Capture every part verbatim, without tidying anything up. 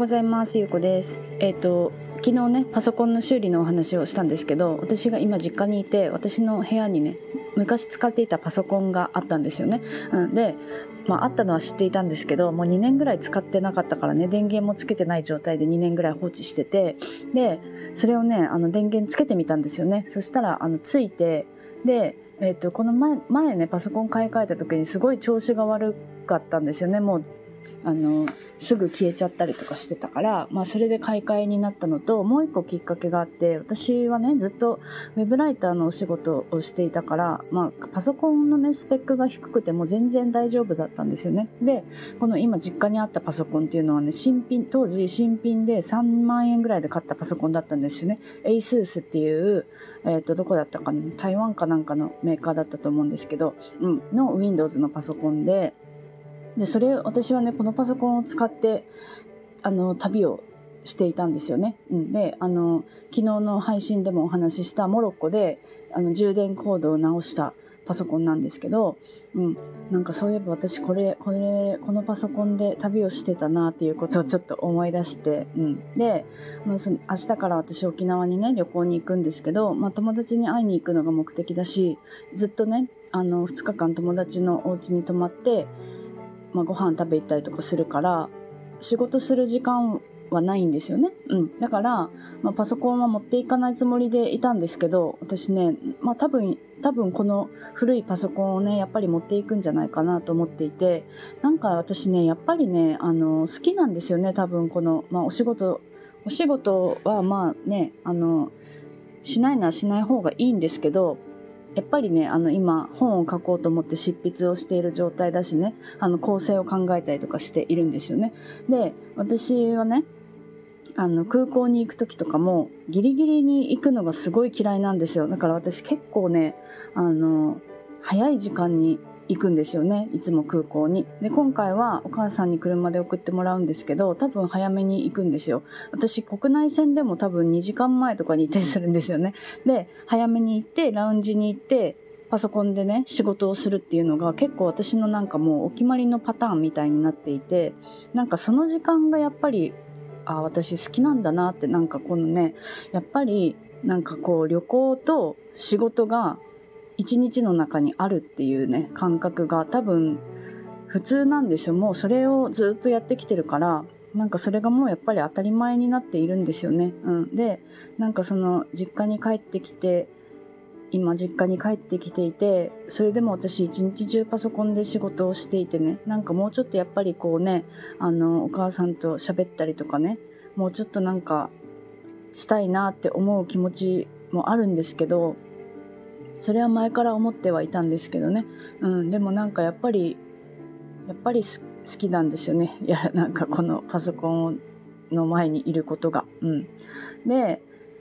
ございます。ゆうこです。えっ、と昨日ねパソコンの修理のお話をしたんですけど、私が今実家にいて、私の部屋にね昔使っていたパソコンがあったんですよね、うん、で、まあ、あったのは知っていたんですけど、もうにねんぐらい使ってなかったからね、電源もつけてない状態でにねんぐらい放置してて、でそれをねあの電源つけてみたんですよね。そしたらあのついて、でえー、とこの 前, 前ねパソコン買い替えた時にすごい調子が悪かったんですよね。もうあのすぐ消えちゃったりとかしてたから、まあ、それで買い替えになったのと、もう一個きっかけがあって、私はねずっとウェブライターのお仕事をしていたから、まあ、パソコンのねスペックが低くても全然大丈夫だったんですよね。でこの今実家にあったパソコンっていうのはね、新品当時新品でさんまんえんぐらいで買ったパソコンだったんですよね。 エイスース っていう、えー、とどこだったかな、台湾かなんかのメーカーだったと思うんですけど、うん、の Windows のパソコンで、でそれ私はねこのパソコンを使ってあの旅をしていたんですよね、うん、であの昨日の配信でもお話ししたモロッコであの充電コードを直したパソコンなんですけど、うん、なんかそういえば私これこれこのパソコンで旅をしてたなっていうことをちょっと思い出して、うん、で、まあ、その明日から私沖縄にね旅行に行くんですけど、まあ、友達に会いに行くのが目的だし、ずっとねあのふつかかん友達のお家に泊まってまあ、ご飯食べ行ったりとかするから仕事する時間はないんですよね、うん、だから、まあ、パソコンは持っていかないつもりでいたんですけど、私ね、まあ、多分多分この古いパソコンをねやっぱり持っていくんじゃないかなと思っていて、なんか私ねやっぱりねあの好きなんですよね。多分この、まあ、お仕事お仕事はまあねあのしないならしない方がいいんですけど、やっぱりねあの今本を書こうと思って執筆をしている状態だしね、あの構成を考えたりとかしているんですよね。で私はねあの空港に行く時とかもギリギリに行くのがすごい嫌いなんですよ。だから私結構ねあの早い時間に行くんですよね、いつも空港に。で今回はお母さんに車で送ってもらうんですけど、多分早めに行くんですよ。私国内線でも多分にじかんまえとかに行ったりするんですよね。で早めに行ってラウンジに行ってパソコンでね仕事をするっていうのが結構私のなんかもうお決まりのパターンみたいになっていて、なんかその時間がやっぱりあ私好きなんだなって、なんかこのねやっぱりなんかこう旅行と仕事が一日の中にあるっていうね感覚が多分普通なんですよ。もうそれをずっとやってきてるから、なんかそれがもうやっぱり当たり前になっているんですよね、うん、でなんかその実家に帰ってきて今実家に帰ってきていて、それでも私一日中パソコンで仕事をしていてね、なんかもうちょっとやっぱりこうねあのお母さんと喋ったりとかね、もうちょっとなんかしたいなって思う気持ちもあるんですけど、それは前から思ってはいたんですけどね、うん、でもなんかやっぱりやっぱり好きなんですよね。いやなんかこのパソコンの前にいることが、うん、で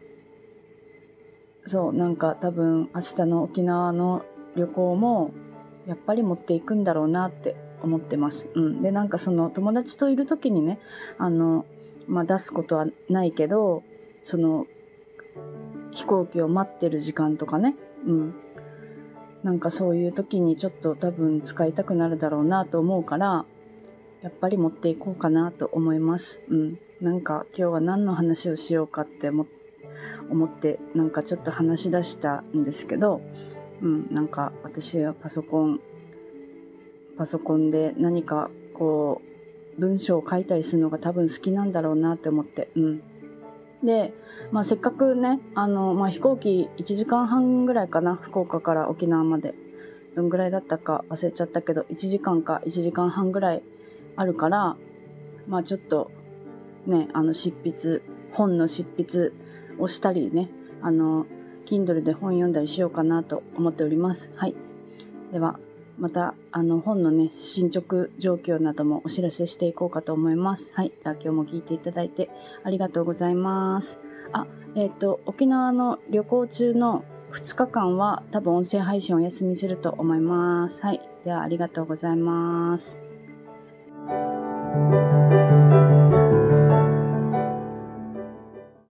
そうなんか多分明日の沖縄の旅行もやっぱり持っていくんだろうなって思ってます、うん、でなんかその友達といる時にねあの、まあ、出すことはないけど、その飛行機を待ってる時間とかね、うん、なんかそういう時にちょっと多分使いたくなるだろうなと思うから、やっぱり持っていこうかなと思います、うん、なんか今日は何の話をしようかって思って思ってなんかちょっと話し出したんですけど、うん、なんか私はパソコンパソコンで何かこう文章を書いたりするのが多分好きなんだろうなって思って、うん、で、まあ、せっかくねあの、まあ、飛行機いちじかんはんぐらいかな、福岡から沖縄までどんぐらいだったか忘れちゃったけどいちじかんかいちじかんはんぐらいあるから、まあちょっとねあの執筆本の執筆をしたりね、あの Kindle で本読んだりしようかなと思っております。はい、ではまたあの本のね進捗状況などもお知らせしていこうかと思います。はい、では今日も聞いていただいてありがとうございます。あ、えっと沖縄の旅行中のふつかかんは多分音声配信をお休みすると思います。はい、ではありがとうございます。